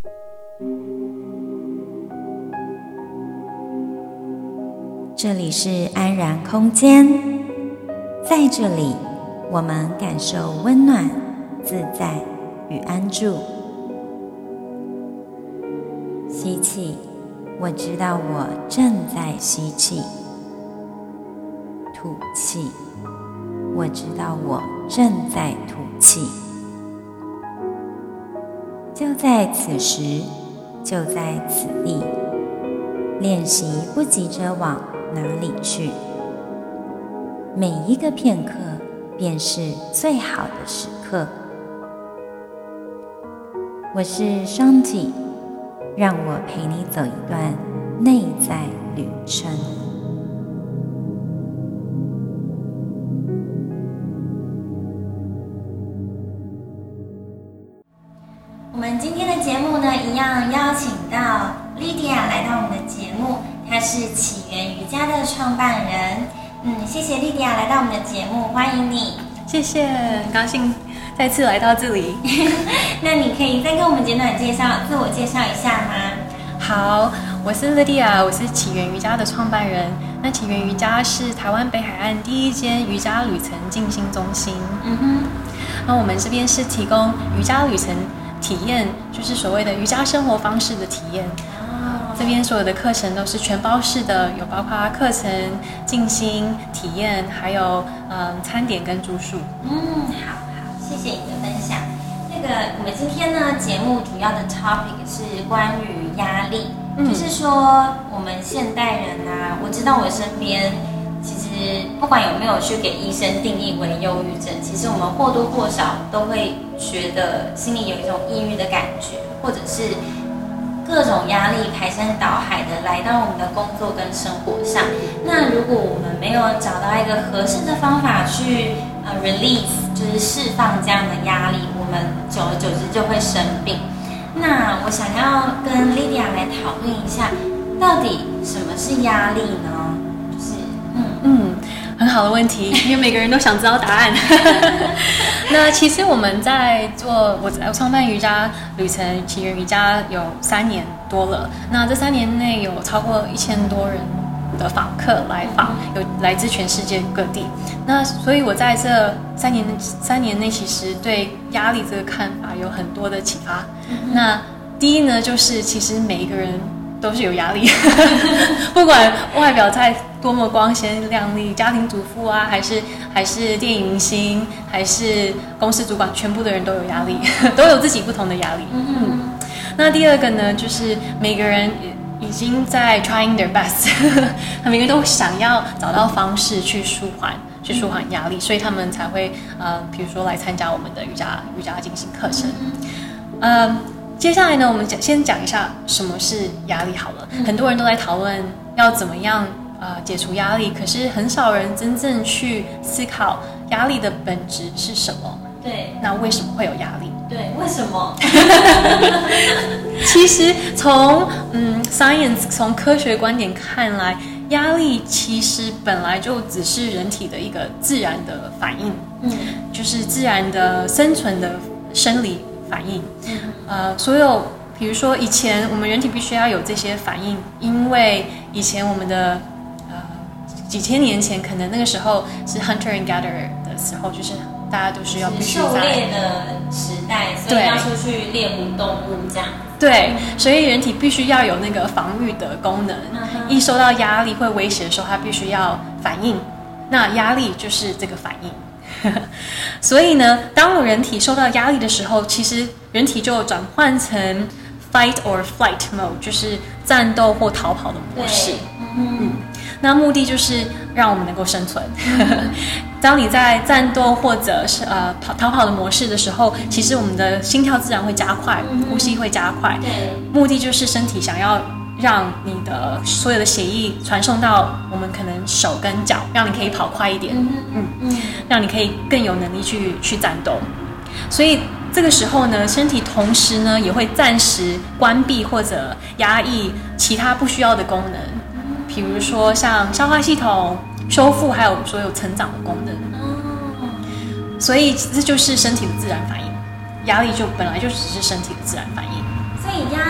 这里是安然空间，在这里我们感受温暖、自在与安住。吸气，我知道我正在吸气；吐气，我知道我正在吐气。就在此时，就在此地，练习不急着往哪里去，每一个片刻便是最好的时刻。我是双体，让我陪你走一段内在旅程。我们今天的节目呢，一样邀请到 Lydia 来到我们的节目，她是起源瑜伽的创办人。谢谢 Lydia 来到我们的节目，欢迎你。 谢谢，很高兴再次来到这里。 那你可以再跟我们简短自我介绍一下吗？ 好，我是 Lydia， 我是起源瑜伽的创办人。那起源瑜伽是台湾北海岸第一间瑜伽旅程静心中心。那我们这边是提供瑜伽旅程体验，就是所谓的瑜伽生活方式的体验。这边所有的课程都是全包式的，有包括课程、静心体验，还有餐点跟住宿。 好，谢谢你的分享。我们今天呢，节目主要的 topic 是关于压力，就是说我们现代人啊，我知道我身边其实不管有没有去给医生定义为忧郁症，其实我们或多或少都会觉得心里有一种抑郁的感觉，或者是各种压力排山倒海的来到我们的工作跟生活上。那如果我们没有找到一个合适的方法去release， 就是释放这样的压力，我们久而久之就会生病。那我想要跟 Lydia 来讨论一下，到底什么是压力呢？ 很好的问题，因为每个人都想知道答案。那其实我们在做，我创办瑜伽旅程起源瑜伽有3年多了。那这3年内有超过1000多人的访客来访，有来自全世界各地。那所以我在这3年内，其实对压力这个看法有很多的启发。那第一呢，就是其实每一个人都是有压力，不管外表再多么光鲜亮丽，家庭主妇啊，还是电影明星，还是公司主管，全部的人都有压力，都有自己不同的压力。那第二个呢，就是每个人已经在 trying their best， 每个人都想要找到方式去舒缓压力，所以他们才会比如说来参加我们的瑜伽静心课程。接下来呢，我们先讲一下什么是压力好了。很多人都在讨论要怎么样解除压力，可是很少人真正去思考压力的本质是什么。 对， 那为什么会有压力？ 对，为什么？ 其实从science 从科学观点看来，压力其实本来就只是人体的一个自然的反应，就是自然的生存的生理反应。所有比如说以前我们人体必须要有这些反应，因为以前我们的几千年前，可能那个时候是 hunter and gatherer 的时候，就是大家都是要必须在狩猎的时代，所以要出去猎捕动物这样。 对，所以人体必须要有那个防御的功能，一受到压力会威胁的时候，它必须要反应。那压力就是这个反应。所以呢，当人体受到压力的时候，其实人体就转换成 fight or flight mode， 就是战斗或逃跑的模式。那目的就是让我们能够生存。当你在战斗或者是逃跑的模式的时候，其实我们的心跳自然会加快，呼吸会加快。目的就是身体想要让你的所有的血液传送到我们可能手跟脚，让你可以跑快一点，让你可以更有能力去战斗。所以这个时候呢，身体同时呢也会暂时关闭或者压抑其他不需要的功能，比如说像消化系统、修复，还有所有成长的功能。所以这就是身体的自然反应，压力就本来就只是身体的自然反应。 所以压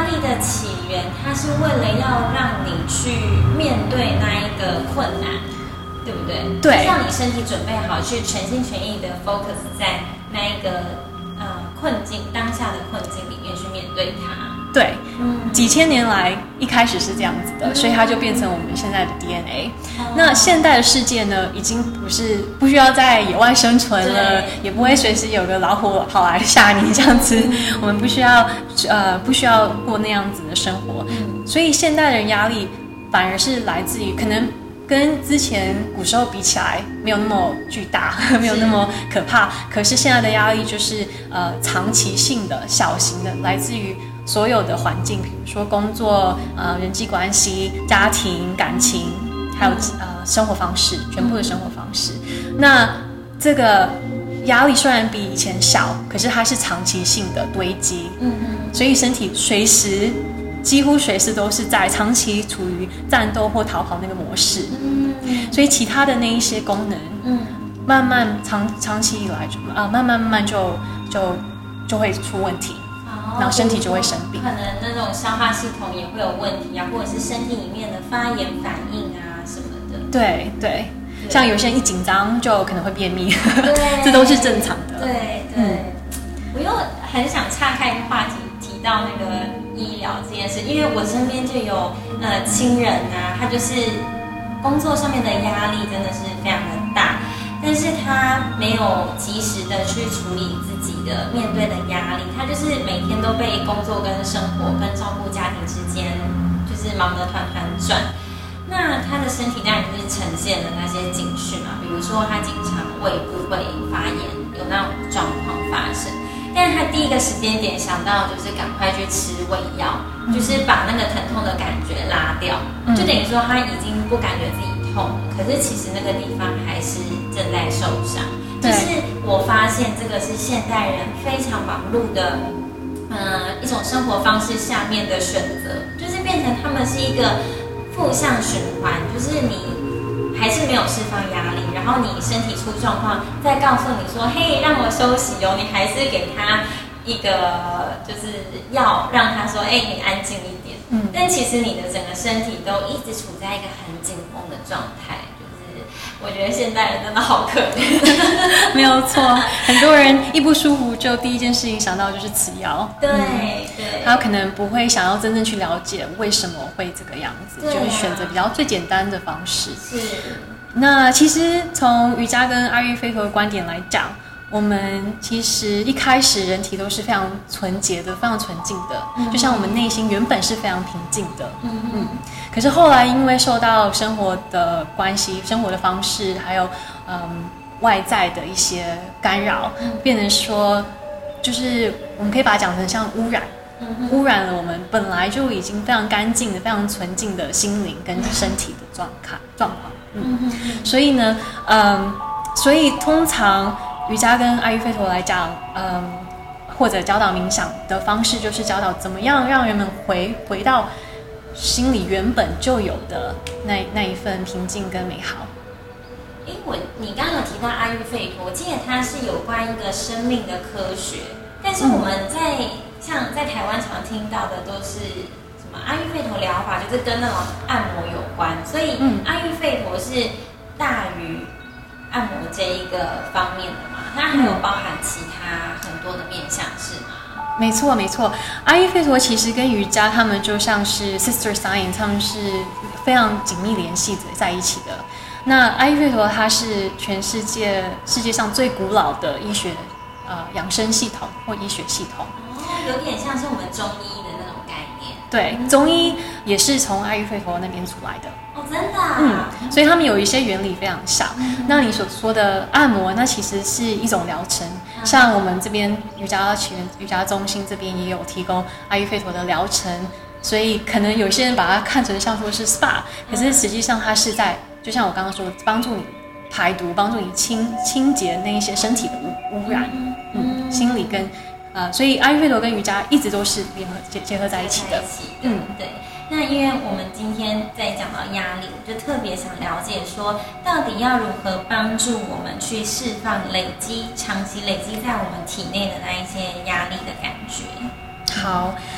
起源，它是为了要让你去面对那一个困难，对不对？ 对， 让你身体准备好，去全心全意的 focus 在那一个困境当下的困境里面去面对它。 对，几千年来一开始是这样子的，所以它就变成我们现在的 DNA。那现代的世界呢，已经不需要在野外生存了，也不会随时有个老虎跑来吓你这样子，我们不需要过那样子的生活。所以现代人压力反而是来自于可能跟之前古时候比起来没有那么巨大，没有那么可怕。可是现在的压力就是长期性的、小型的，来自于所有的环境，比如说工作、人际关系、家庭、感情，还有生活方式，全部的生活方式。那这个压力虽然比以前小，可是它是长期性的堆积，所以身体几乎随时都是在长期处于战斗或逃跑那个模式，所以其他的那一些功能，慢慢长期以来慢慢就会出问题。然后身体就会生病， 可能那种消化系统也会有问题啊，或者是身体里面的发炎反应啊什么的。 对，像有些人一紧张就可能会便秘，这都是正常的。 对，我又很想岔开一个话题，提到那个医疗这件事，因为我身边就有亲人啊，他就是工作上面的压力真的是非常的大。但是他没有及时的去处理自己的面对的压力，他就是每天都被工作跟生活跟照顾家庭之间就是忙得团团转。那他的身体当然就是呈现了那些警讯嘛，比如说他经常胃部会发炎，有那种状况发生。但是他第一个时间点想到就是赶快去吃胃药，就是把那个疼痛的感觉拉掉，就等于说他已经不感觉自己痛，可是其实那个地方还是正在受伤。就是我发现这个是现代人非常忙碌的一种生活方式下面的选择，就是变成他们是一个负向循环，就是你还是没有释放压力，然后你身体出状况，再告诉你说嘿让我休息哦，你还是给他一个就是要让他说你安静一点，但其实你的整个身体都一直处在一个很紧绷的状态，就是我觉得现代人真的好可怜。 没有错，很多人一不舒服就第一件事情想到就是吃药， 对， 他可能不会想要真正去了解为什么会这个样子，就是选择比较最简单的方式。 是。 那其实从瑜伽跟阿育吠陀的观点来讲，我们其实一开始人体都是非常纯洁的，非常纯净的，就像我们内心原本是非常平静的，可是后来因为受到生活的关系、生活的方式，还有外在的一些干扰，变成说，就是我们可以把它讲成像污染，污染了我们本来就已经非常干净的、非常纯净的心灵跟身体的状况。所以呢，所以通常瑜伽跟阿育吠陀来讲，或者教导冥想的方式，就是教导怎么样让人们回到心里原本就有的那一份平静跟美好。 你刚刚有提到阿育吠陀，我记得它是有关一个生命的科学，但是我们像在台湾常听到的都是什么阿育吠陀疗法，就是跟那种按摩有关，所以阿育吠陀是大于按摩这一个方面的嘛，它还有包含其他很多的面向是吗？ 没错，阿育吠陀其实跟瑜伽他们就像是 sister science， 他们是非常紧密联系在一起的。那阿育吠陀它是全世界上最古老的医学养生系统或医学系统， 有点像是我们中医的那种概念。 对，中医也是从阿育吠陀那边出来的。 真的所以他们有一些原理非常像。那你所说的按摩，那其实是一种疗程。像我们这边瑜伽中心这边也有提供阿育吠陀的疗程，所以可能有些人把它看成像说是 SPA， 可是实际上它是在，就像我刚刚说，帮助你排毒，帮助你清洁那一些身体的污染，心理跟所以阿育吠陀跟瑜伽一直都是结合在一起的。 对。那因为我们今天在讲到压力，我就特别想了解说，到底要如何帮助我们去释放长期累积在我们体内的那一些压力的感觉。 好，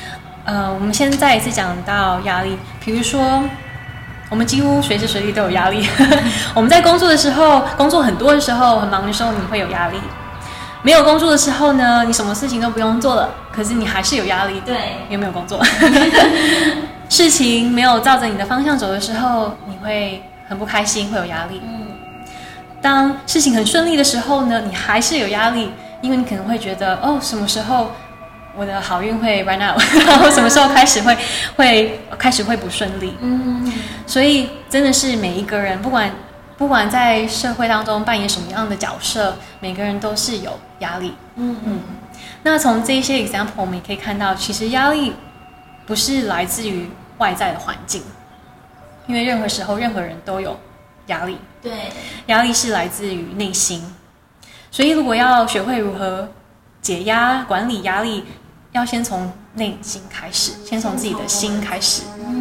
我们先再一次讲到压力，比如说我们几乎随时随地都有压力。我们在工作的时候，工作很多的时候，很忙的时候，你会有压力。没有工作的时候呢，你什么事情都不用做了，可是你还是有压力。 对， 因为没有工作。事情没有照着你的方向走的时候，你会很不开心，会有压力。当事情很顺利的时候呢，你还是有压力，因为你可能会觉得，哦，什么时候我的好运会 run out， 然后什么时候开始会不顺利。所以真的是每一个人，不管在社会当中扮演什么样的角色，每个人都是有压力。那从这些 example 我们也可以看到，其实压力不是来自于外在的环境，因为任何时候任何人都有压力。 对， 压力是来自于内心，所以如果要学会如何解压、管理压力，要先从内心开始，先从自己的心开始。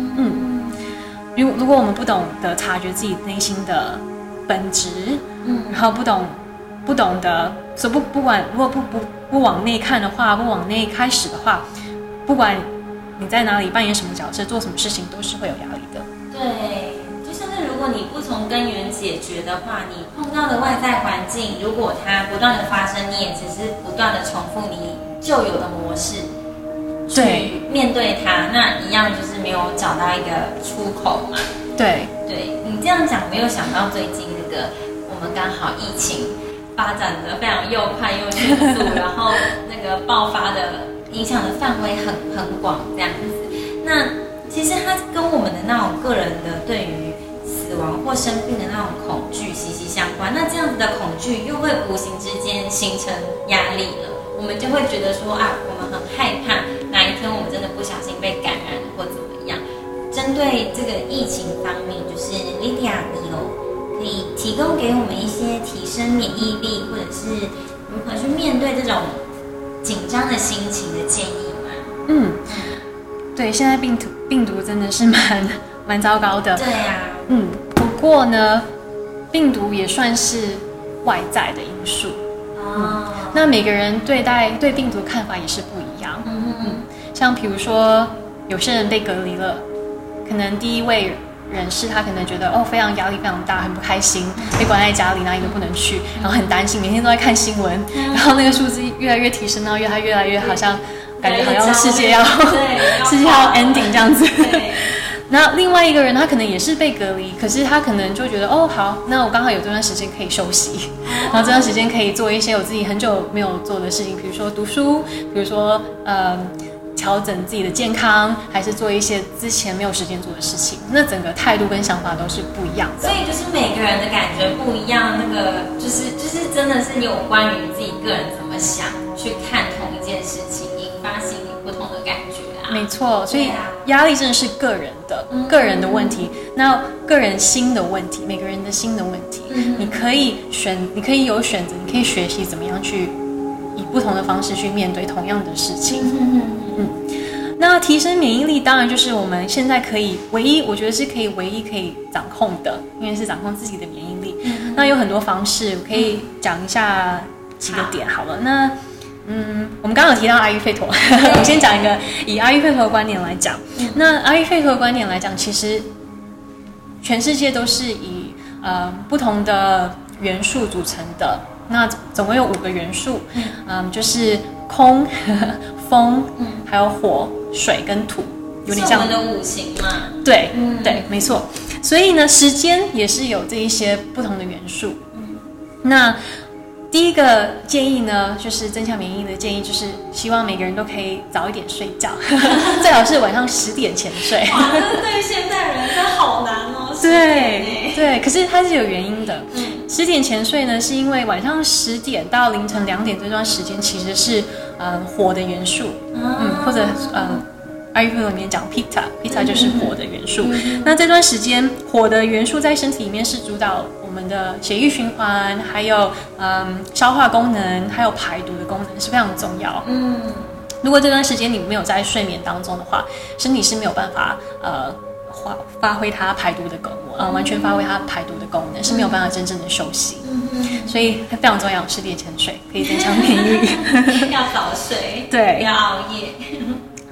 如果我们不懂得察觉自己内心的本质，然后不懂得，所以如果不往内看的话，不往内开始的话，不管你在哪里扮演什么角色，做什么事情，都是会有压力的。 对，就像是如果你不从根源解决的话，你碰到的外在环境，如果它不断的发生，你也只是不断的重复你旧有的模式去面对它，那一样就是没有找到一个出口嘛。 对， 你这样讲，我又想到最近那个我们刚好疫情发展的非常又快又迅速，然后那个爆发的影响的范围很广这样子。那其实它跟我们的那种个人的对于死亡或生病的那种恐惧息息相关。那这样子的恐惧又会无形之间形成压力了，我们就会觉得说啊，我们很害怕哪一天我们真的不小心被感染或怎么样。针对这个疫情方面，就是 Lydia 你有可以提供给我们一些提升免疫力，或者是如何去面对这种紧张的心情的建议吗？ 对，现在病毒真的是蛮糟糕的。 对呀。 不过呢，病毒也算是外在的因素。那每个人对病毒的看法也是不一样。像比如说，有些人被隔离了，可能第一位人士他可能觉得非常压力非常大，很不开心，被关在家里，哪里都不能去，然后很担心，每天都在看新闻，然后那个数字越来越提升，然后他越来越好像感觉好像世界要 ending 这样子。那另外一个人他可能也是被隔离，可是他可能就觉得好，那我刚好有这段时间可以休息，然后这段时间可以做一些我自己很久没有做的事情，比如说读书，比如说调整自己的健康，还是做一些之前没有时间做的事情，那整个态度跟想法都是不一样的。 所以就是每个人的感觉不一样，那个就是真的是有关于自己个人怎么想，去看同一件事情，引发心里不同的感觉啊。 没错，所以压力真的是个人的问题，那个人心的问题，每个人的心的问题，你可以有选择，你可以学习怎么样去以不同的方式去面对同样的事情。那提升免疫力当然就是我们现在我觉得是唯一可以掌控的，因为是掌控自己的免疫力。那有很多方式，我可以讲一下几个点好了。那我们刚刚有提到阿育吠陀，我先讲一个以阿育吠陀的观点来讲。那阿育吠陀的观点来讲，其实全世界都是以不同的元素组成的。那总共有5个元素，就是空、风，还有火、水跟土，有点像我们的五行嘛。 对，没错。所以呢，时间也是有这一些不同的元素。那第一个建议呢，就是增强免疫力的建议，就是希望每个人都可以早一点睡觉，最好是晚上10点前睡。 哇，这对于现代人真的好难哦。 对，可是它是有原因的。10点前睡呢，是因为晚上10点到凌晨2点这段时间其实是火的元素，或者阿育吠陀里面讲 Pitta 就是火的元素。那这段时间火的元素在身体里面是主导我们的血液循环，还有消化功能，还有排毒的功能是非常重要。如果这段时间你没有在睡眠当中的话，身体是没有办法发挥它排毒的功能，完全发挥它排毒的功能，是没有办法真正的休息。所以非常重要，10点前睡可以增强免疫力。 要早睡， 对， 不要熬夜。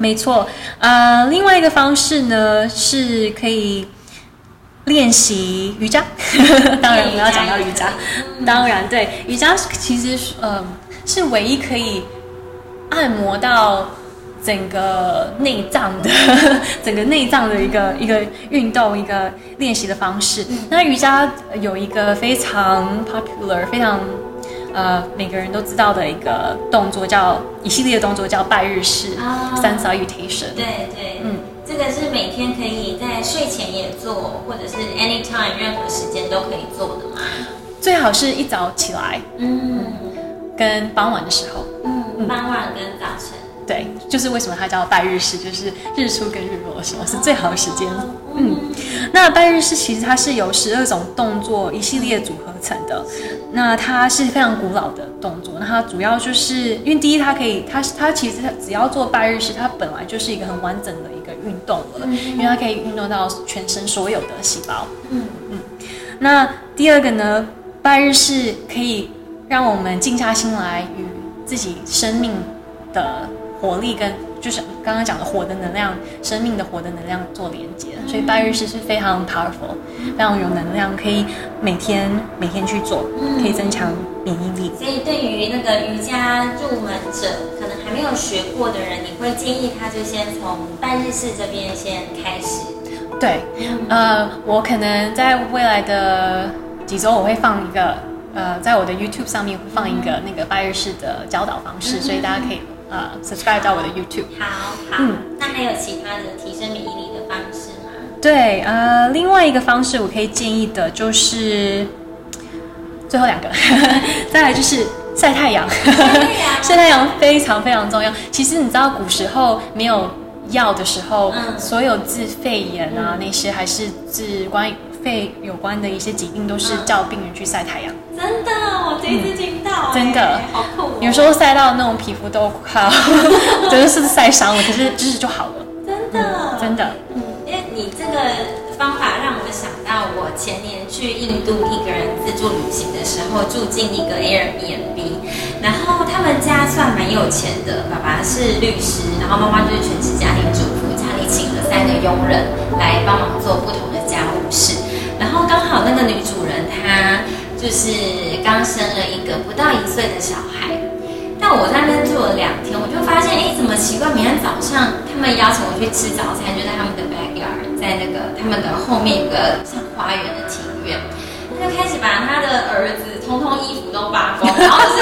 没错。另外一个方式呢是可以练习瑜伽。当然我们要讲到瑜伽，当然对，瑜伽其实是唯一可以按摩到整个内脏的一个运动，一个练习的方式。那瑜伽有一个非常 popular、非常每个人都知道的一个动作，一系列的动作叫拜日式 Sun Salutation。 对对，这个是每天可以在睡前也做，或者是 anytime 任何时间都可以做的吗？ 最好是一早起来，跟傍晚的时候， 傍晚跟早晨。 对，就是为什么它叫拜日式，就是日出跟日落的时候是最好的时间。那拜日式其实它是由12种动作一系列组合成的，那它是非常古老的动作。那它主要就是因为第一，它其实只要做拜日式，它本来就是一个很完整的一个运动了，因为它可以运动到全身所有的细胞。那第二个呢，拜日式可以让我们静下心来与自己生命的活力跟就是刚刚讲的火的能量，生命的火的能量做连接，所以拜日式是非常 powerful， 非常有能量，可以每天去做，可以增强免疫力。 所以对于那个瑜伽入门者，可能还没有学过的人，你会建议他就先从拜日式这边先开始。 对，我可能在未来的几周我会放一个在我的 YouTube 上面会放一个那个拜日式的教导方式，所以大家可以subscribe 到我的 YouTube。 好，那还有其他的提升免疫力的方式吗？ 对，另外一个方式我可以建议的就是最后2个，再来就是晒太阳。晒太阳非常非常重要。其实你知道古时候没有药的时候，所有治肺炎啊那些还是治关于肺有关的一些疾病，都是叫病人去晒太阳。 真的，我第一次听到， 真的， 好酷哦！ 有时候晒到那种皮肤都快，真的是晒伤了，可是就是就好了。真的， 因为你这个方法让我想到，我前年去印度一个人自助旅行的时候，住进一个 Airbnb， 然后他们家算蛮有钱的，爸爸是律师，然后妈妈就是全职家庭主妇，家里请了3个佣人来帮忙做不同的家务事，然后刚好那个女主人她就是刚生了一个不到1岁的小孩。但我在那边住了2天，我就发现，怎么奇怪？每天早上他们邀请我去吃早餐，就在他们的 backyard， 在那个他们的后面有个像花园的庭院，他就开始把他的儿子通通衣服都扒光，然后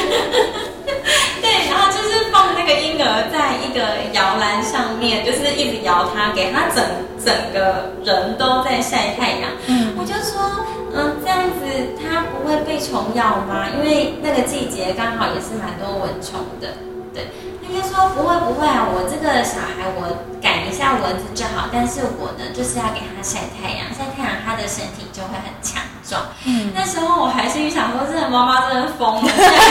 对，然后就是放那个婴儿在一个摇篮上面，就是一直摇他，给他整个人都在晒太阳。我就说，这样子他不会被虫咬吗？因为那个季节刚好也是蛮多蚊虫的。对，他就说不会啊，我这个小孩我赶一下蚊子就好，但是我呢就是要给他晒太阳，晒太阳他的身体就会很强壮。那时候我还是想说，这个妈妈真的疯了。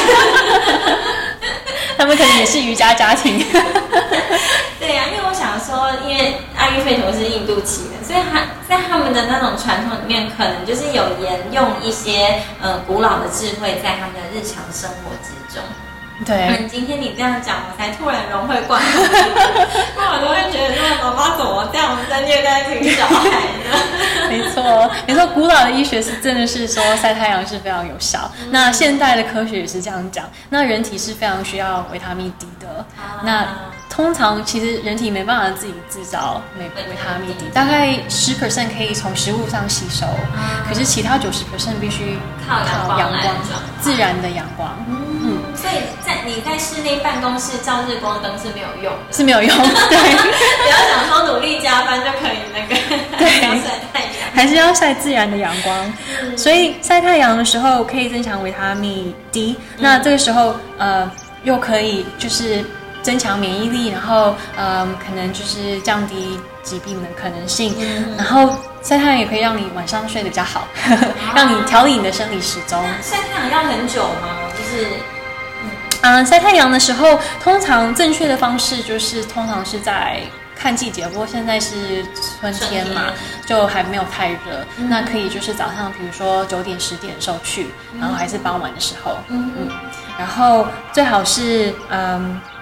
他们可能也是瑜伽家庭。 对呀，因为我想说，因为阿育吠陀是印度起源，所以在他们的那种传统里面，可能就是有沿用一些古老的智慧在他们的日常生活之中。 对， 今天你这样讲，我才突然融会贯通。那我都会觉得，那妈妈怎么这样在虐待这个小孩呢？ 没错，古老的医学是真的是说晒太阳是非常有效。那现代的科学也是这样讲。那人体是非常需要维他命 D 的。那通常其实人体没办法自己制造维他命 D， 大概10% 可以从食物上吸收，可是其他90% 必须靠阳光， 自然的阳光。 所以你在室内办公室照日光灯是没有用的， 是没有用。对， 不要想说努力加班就可以那个，对，要晒太阳， 还是要晒自然的阳光。所以晒太阳的时候可以增强维他命 D，那这个时候又可以就是增强免疫力，然后可能就是降低疾病的可能性，然后晒太阳也可以让你晚上睡得比较好，让你调理你的生理时钟。 晒太阳要很久吗？就是晒太阳的时候，通常正确的方式就是通常是在看季节，不过现在是春天嘛，就还没有太热。那可以就是早上，比如说9点10点的时候去，然后还是傍晚的时候，然后最好是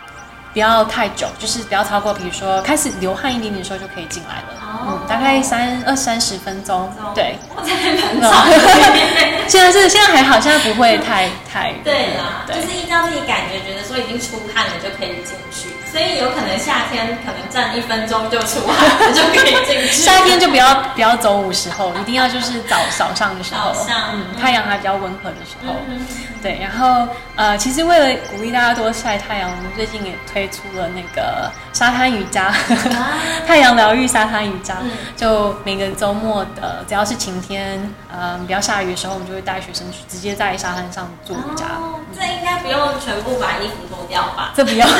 不要太久，就是不要超过，比如说开始流汗一点点的时候就可以进来了。大概30分钟。对， 我才很早。 现在还好，现在不会太。 对啦，就是依照自己感觉，觉得说已经出汗了就可以进去，所以有可能夏天可能站1分钟就出汗了就可以进去。 夏天就不要走午时候，一定要就是早上的时候，太阳还比较温和的时候。对，然后其实为了鼓励大家多晒太阳，我们最近也推出了那个沙滩瑜伽，太阳疗愈沙滩瑜伽。就每个周末的，只要是晴天，不要下雨的时候，我们就会带学生去直接在沙滩上做瑜伽。 这应该不用全部把衣服脱掉吧？ 这不用，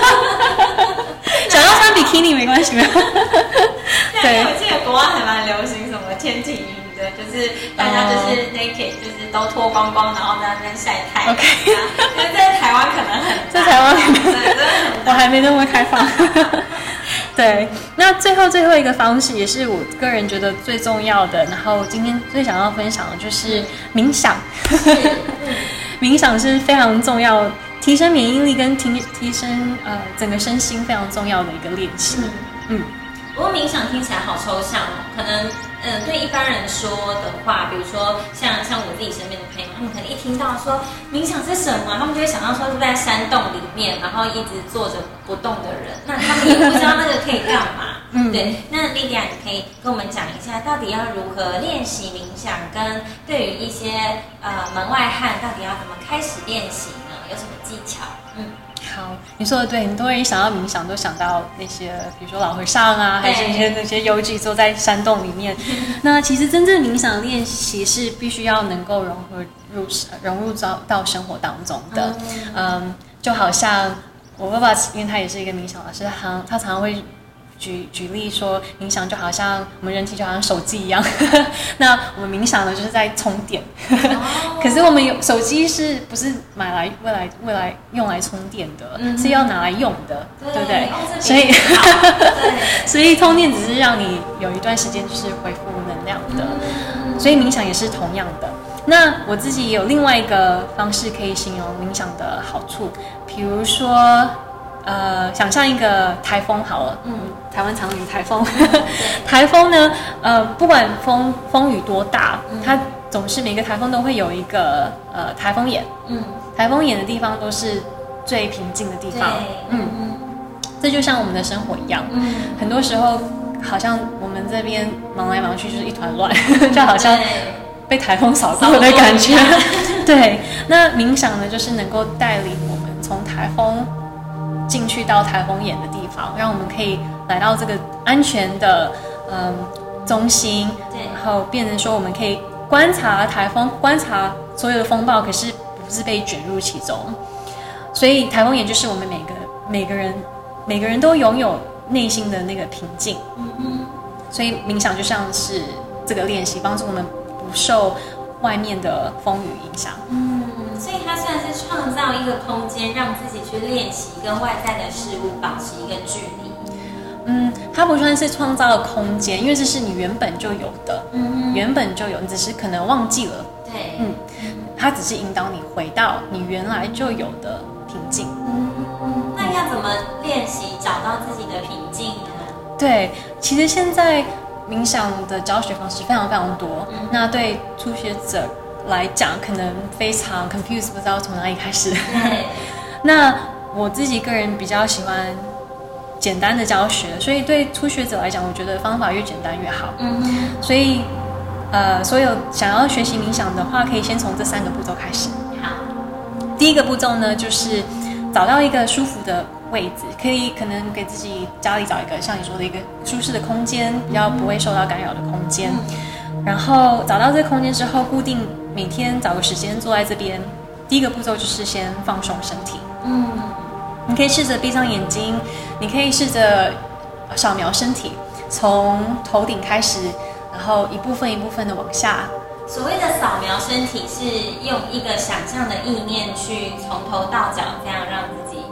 想要穿比基尼没关系。 对，我记得国外还蛮流行什么天体营的，就是大家就是 naked，就是都脱光光，然后在那边晒太阳。可是在台湾可能很， 在台湾可能我还没那么开放。对，那最后一个方式，也是我个人觉得最重要的，然后今天最想要分享的就是冥想。冥想是非常重要，提升免疫力跟提升整个身心非常重要的一个练习。 不过冥想听起来好抽象哦，可能对一般人说的话，比如说像我自己身边的朋友，他们可能一听到说冥想是什么，他们就会想到说是在山洞里面，然后一直坐着不动的人，那他们也不知道那个可以干嘛。对，那莉迪亚，你可以跟我们讲一下，到底要如何练习冥想，跟对于一些门外汉，到底要怎么开始练习呢？有什么技巧？ 好，你说的对，很多人一想到冥想都想到那些，比如说老和尚啊，还是那些游记坐在山洞里面。那其实真正冥想练习是必须要能够融入到生活当中的。就好像我爸爸，因为他也是一个冥想老师，他常常会举例说，冥想就好像我们人体就好像手机一样，那我们冥想呢就是在充电。可是我们手机是不是买来未来用来充电的，是要拿来用的，对不对？所以充电只是让你有一段时间就是恢复能量的，所以冥想也是同样的。那我自己也有另外一个方式可以形容冥想的好处，比如说想象一个台风好了，台湾常有台风，台风呢，不管风雨多大，它总是每个台风都会有一个台风眼，台风眼的地方都是最平静的地方，这就像我们的生活一样，很多时候好像我们这边忙来忙去就是一团乱，就好像被台风扫过的感觉。对，那冥想呢，就是能够带领我们从台风进去到台风眼的地方，让我们可以来到这个安全的中心，然后变成说我们可以观察台风，观察所有的风暴，可是不是被卷入其中。所以台风眼就是我们每个人都拥有内心的那个平静。所以冥想就像是这个练习，帮助我们不受外面的风雨影响。 所以它算是创造一个空间，让自己去练习跟外在的事物保持一个距离。 它不算是创造的空间，因为这是你原本就有的，原本就有，你只是可能忘记了。 对， 它只是引导你回到你原来就有的平静。 那要怎么练习找到自己的平静呢？ 对，其实现在冥想的教学方式非常非常多，那对初学者来讲可能非常 confused， 不知道从哪里开始。那我自己个人比较喜欢简单的教学，所以对初学者来讲，我觉得方法越简单越好。所以所有想要学习冥想的话，可以先从这3个步骤开始。 好， 第一个步骤呢，就是找到一个舒服的位置，可能给自己家里找一个像你说的一个舒适的空间，比较不会受到干扰的空间。然后找到这个空间之后，固定每天找个时间坐在这边。第一个步骤就是先放松身体。你可以试着闭上眼睛，你可以试着扫描身体，从头顶开始，然后一部分一部分的往下。 所谓的扫描身体是用一个想象的意念去从头到脚这样让自己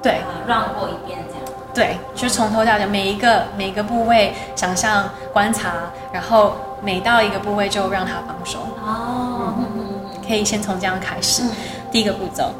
run过一遍这样。 对，就是从头到脚每一个部位想象观察，然后每到一个部位就让它放松。可以先从这样开始。第一个步骤。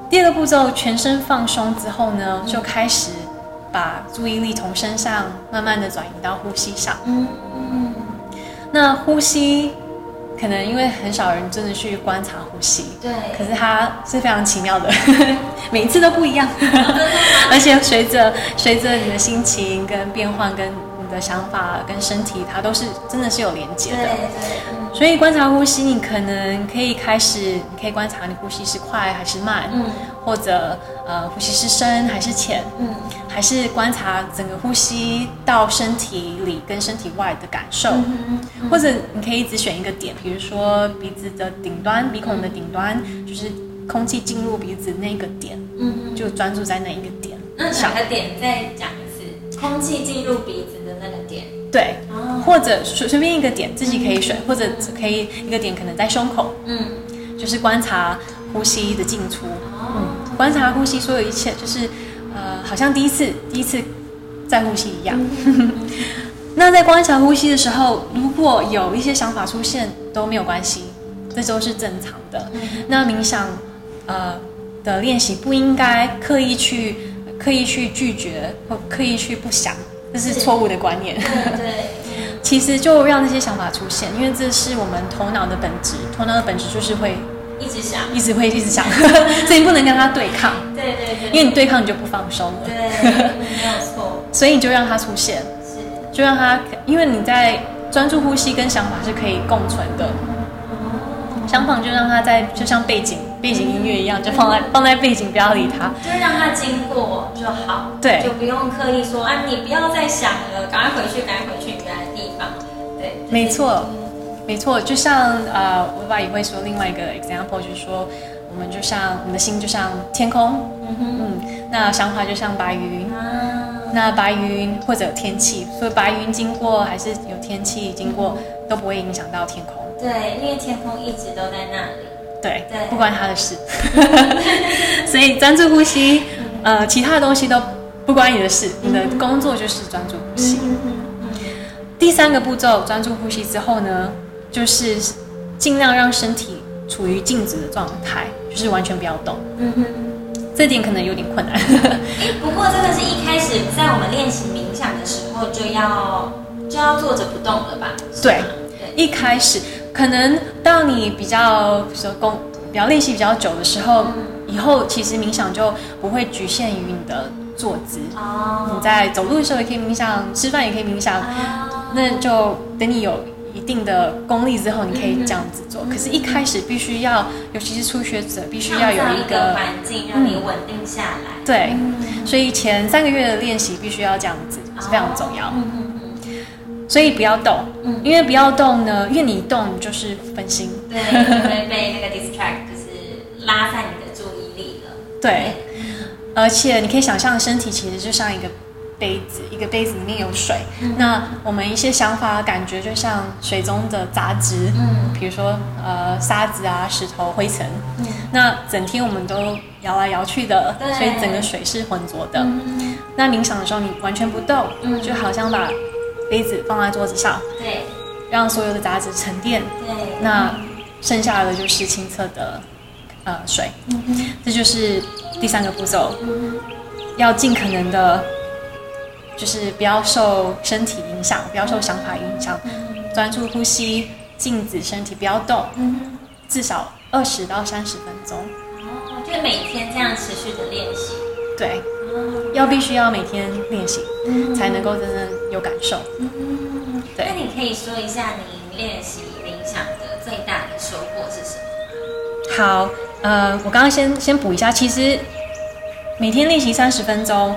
第二个步骤，全身放松之后呢，就开始把注意力从身上慢慢的转移到呼吸上。那呼吸可能因为很少人真的去观察呼吸， 对， 可是它是非常奇妙的，每一次都不一样，而且随着你的心情跟变换，跟你的想法跟身体，它都是真的是有连接的。 对， 所以观察呼吸，你可能可以观察你呼吸是快还是慢，或者呼吸是深还是浅，还是观察整个呼吸到身体里跟身体外的感受，或者你可以只选一个点，比如说鼻子的顶端，鼻孔的顶端，就是空气进入鼻子那个点，就专注在那一个点。 那哪个点再讲一次？空气进入鼻子的那个点。 对，或者随便一个点自己可以选，或者可以一个点可能在胸口，就是观察呼吸的进出，观察呼吸所有一切，就是好像第一次在呼吸一样。那在观察呼吸的时候，如果有一些想法出现都没有关系，这都是正常的。那冥想的练习不应该刻意去拒绝或刻意去不想。这是错误的观念。 对， 其实就让那些想法出现，因为这是我们头脑的本质。头脑的本质就是会一直想， 一直想，所以你不能跟它对抗。 对， 因为你对抗你就不放松了。 对，没有错。 所以你就让它出现，就让它，因为你在专注呼吸跟想法是可以共存的。想法就让它就像背景音乐一样，就放在背景，不要理它， 就让它经过就好。 对， 就不用刻意说你不要再想了，赶快回去原来的地方。对， 没错。就像我爸也会说另外一个 example， 就是说我们的心就像天空，那想法就像白云，那白云或者有天气，所以白云经过还是有天气经过，都不会影响到天空。 对，因为天空一直都在那里。 对，不关他的事。所以专注呼吸，其他的东西都不关你的事，你的工作就是专注呼吸。第三个步骤，专注呼吸之后呢，就是尽量让身体处于静止的状态，就是完全不要动。这点可能有点困难。 不过这个是一开始在我们练习冥想的时候就要坐着不动了吧？ 对，一开始可能到你比较练习比较久的时候，以后其实冥想就不会局限于你的坐姿。你在走路的时候也可以冥想，吃饭也可以冥想。那就等你有一定的功力之后，你可以这样子做。可是，一开始必须要，尤其是初学者，必须要有一个环境让你稳定下来。 对，所以前3个月的练习必须要这样子，是非常重要。所以不要动，因为不要动呢，因为你一动你就是分心， 对，就会被那个 distract， 就是拉散你的注意力了。 对，而且你可以想象身体其实就像一个杯子，一个杯子里面有水，那我们一些想法感觉就像水中的杂质，比如说沙子啊、石头、灰尘，那整天我们都摇来摇去的，所以整个水是浑浊的。那冥想的时候你完全不动，就好像把杯子放在桌子上， 对， 让所有的杂质沉淀， 对， 那剩下的就是清澈的水，这就是第3个步骤，要尽可能的，就是不要受身体影响，不要受想法影响，专注呼吸，静止身体，不要动，至少20到30分钟。 就是每天这样持续的练习。 对。必须要每天练习，才能够真正有感受。 对，那你可以说一下你练习冥想的最大的收获是什么？ 好，我刚刚先补一下，其实每天练习30分钟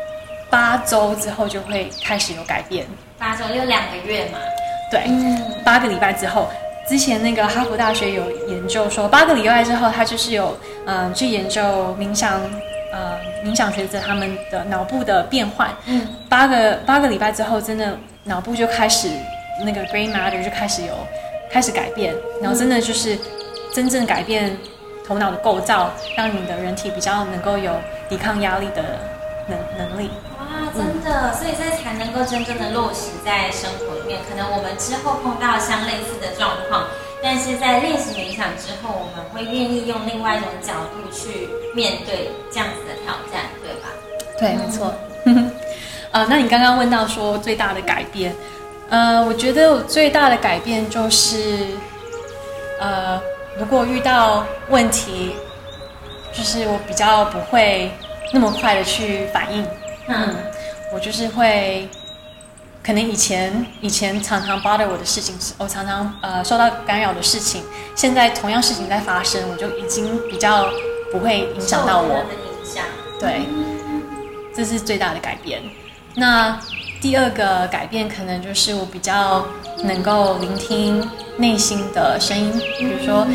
，8周之后就会开始有改变。 8周就2个月嘛？ 对，8个礼拜之后。之前那个哈佛大学有研究说，8个礼拜之后，他就是有去研究冥想学者他们的脑部的变换。8个礼拜之后，真的脑部就开始那个 brain matter 就开始改变，然后真的就是真正改变头脑的构造，让你的人体比较能够有抵抗压力的能力。 哇，真的，所以这才能够真正的落实在生活里面。可能我们之后碰到相类似的状况， 但是在练习冥想之后，我们会愿意用另外一种角度去面对这样子的挑战，对吧？ 对，没错。那你刚刚问到说最大的改变，我觉得我最大的改变就是，如果遇到问题，就是我比较不会那么快的去反应。我就是会，可能以前常常 bother 我的事情，我常常受到干扰的事情，现在同样事情在发生，我就已经比较不会影响到我。对，这是最大的改变。那第二个改变可能就是我比较能够聆听内心的声音，比如说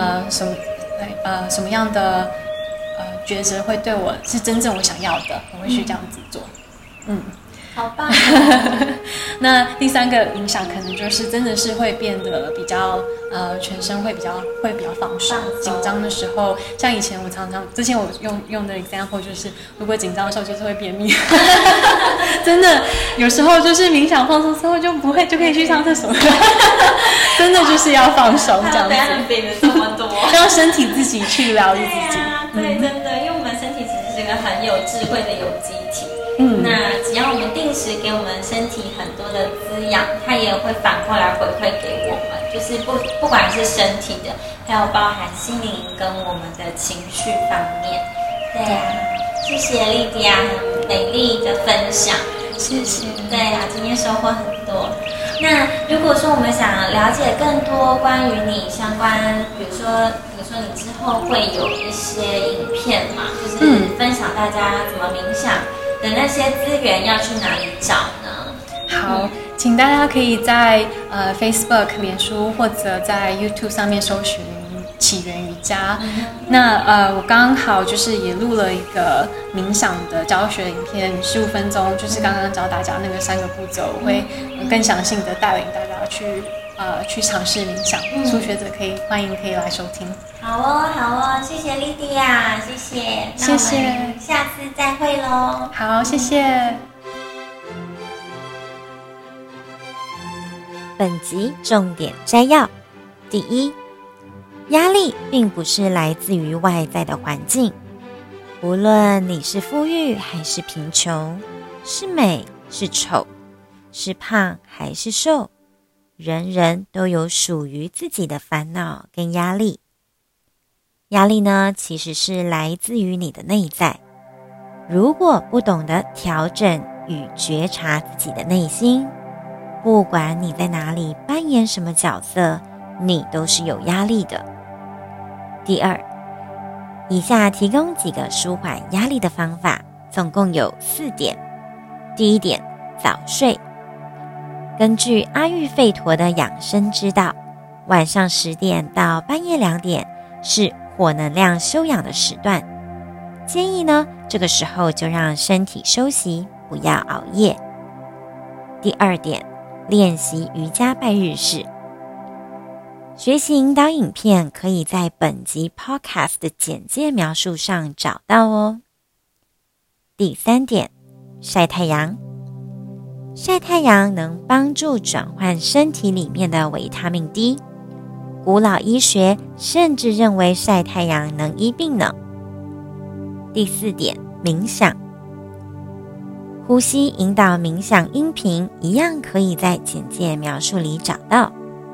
什么样的抉择会对我是真正我想要的，我会去这样子做。 好棒！ 那第三个影响可能就是真的是会变得比较全身会比较放松。紧张的时候，像以前我之前我用的 example 就是，如果紧张的时候就是会便秘，真的有时候就是冥想放松之后就可以去上厕所，真的就是要放松这样子。 这么多， 让身体自己去疗愈自己。 对，真的，因为我们身体其实是一个很有智慧的有机体。那只要我们定时给我们身体很多的滋养，它也会反过来回馈给我们，就是不管是身体的，还有包含心灵跟我们的情绪方面。对啊，谢谢莉迪亚很美丽的分享， 谢谢。 对啊，今天收获很多。那如果说我们想了解更多关于你相关，比如说你之后会有一些影片嘛，就是分享大家怎么冥想的那些资源，要去哪里找呢？ 好，请大家可以在Facebook、脸书或者在 YouTube 上面搜寻起源瑜伽。那我刚好就是也录了一个冥想的教学影片，15分钟，就是刚刚教大家那个3个步骤，我会更详细的带领大家去尝试冥想。初学者欢迎可以来收听。 好哦，谢谢莉迪亚，谢谢， 谢谢， 那我们下次再会咯。 好，谢谢。 本集重点摘要：第一，压力并不是来自于外在的环境，无论你是富裕还是贫穷，是美是丑，是胖还是瘦，人人都有属于自己的烦恼跟压力。压力呢，其实是来自于你的内在。如果不懂得调整与觉察自己的内心，不管你在哪里扮演什么角色，你都是有压力的。第二，以下提供几个舒缓压力的方法，总共有4点。第一点，早睡。根据阿育吠陀的养生之道，晚上10点到半夜2点是火能量休养的时段，建议呢，这个时候就让身体休息，不要熬夜。第二点，练习瑜伽拜日式。学习引导影片可以在本集 Podcast 的简介描述上找到哦。第3点，晒太阳。晒太阳能帮助转换身体里面的维他命 D， 古老医学甚至认为晒太阳能医病呢。第4点，冥想。呼吸引导冥想音频一样可以在简介描述里找到。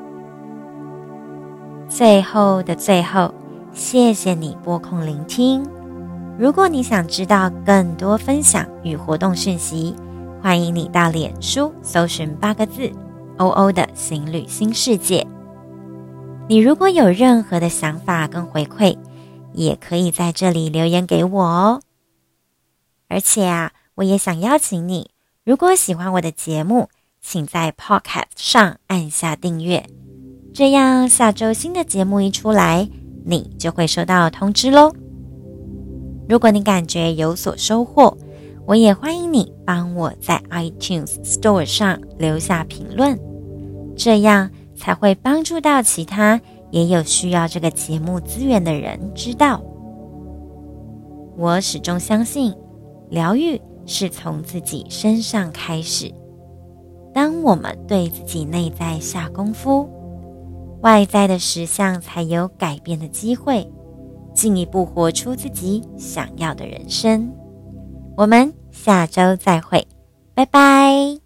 最后的最后，谢谢你拨空聆听。如果你想知道更多分享与活动讯息，欢迎你到脸书搜寻8个字“OO 的行旅新世界”。你如果有任何的想法跟回馈，也可以在这里留言给我哦。而且我也想邀请你，如果喜欢我的节目，请在 Podcast 上按下订阅，这样下周新的节目一出来，你就会收到通知咯。如果你感觉有所收获，我也欢迎你帮我在 iTunes Store 上留下评论，这样才会帮助到其他也有需要这个节目资源的人知道。我始终相信，疗愈是从自己身上开始。当我们对自己内在下功夫， 外在的实相才有改变的机会，进一步活出自己想要的人生。我们下周再会，拜拜。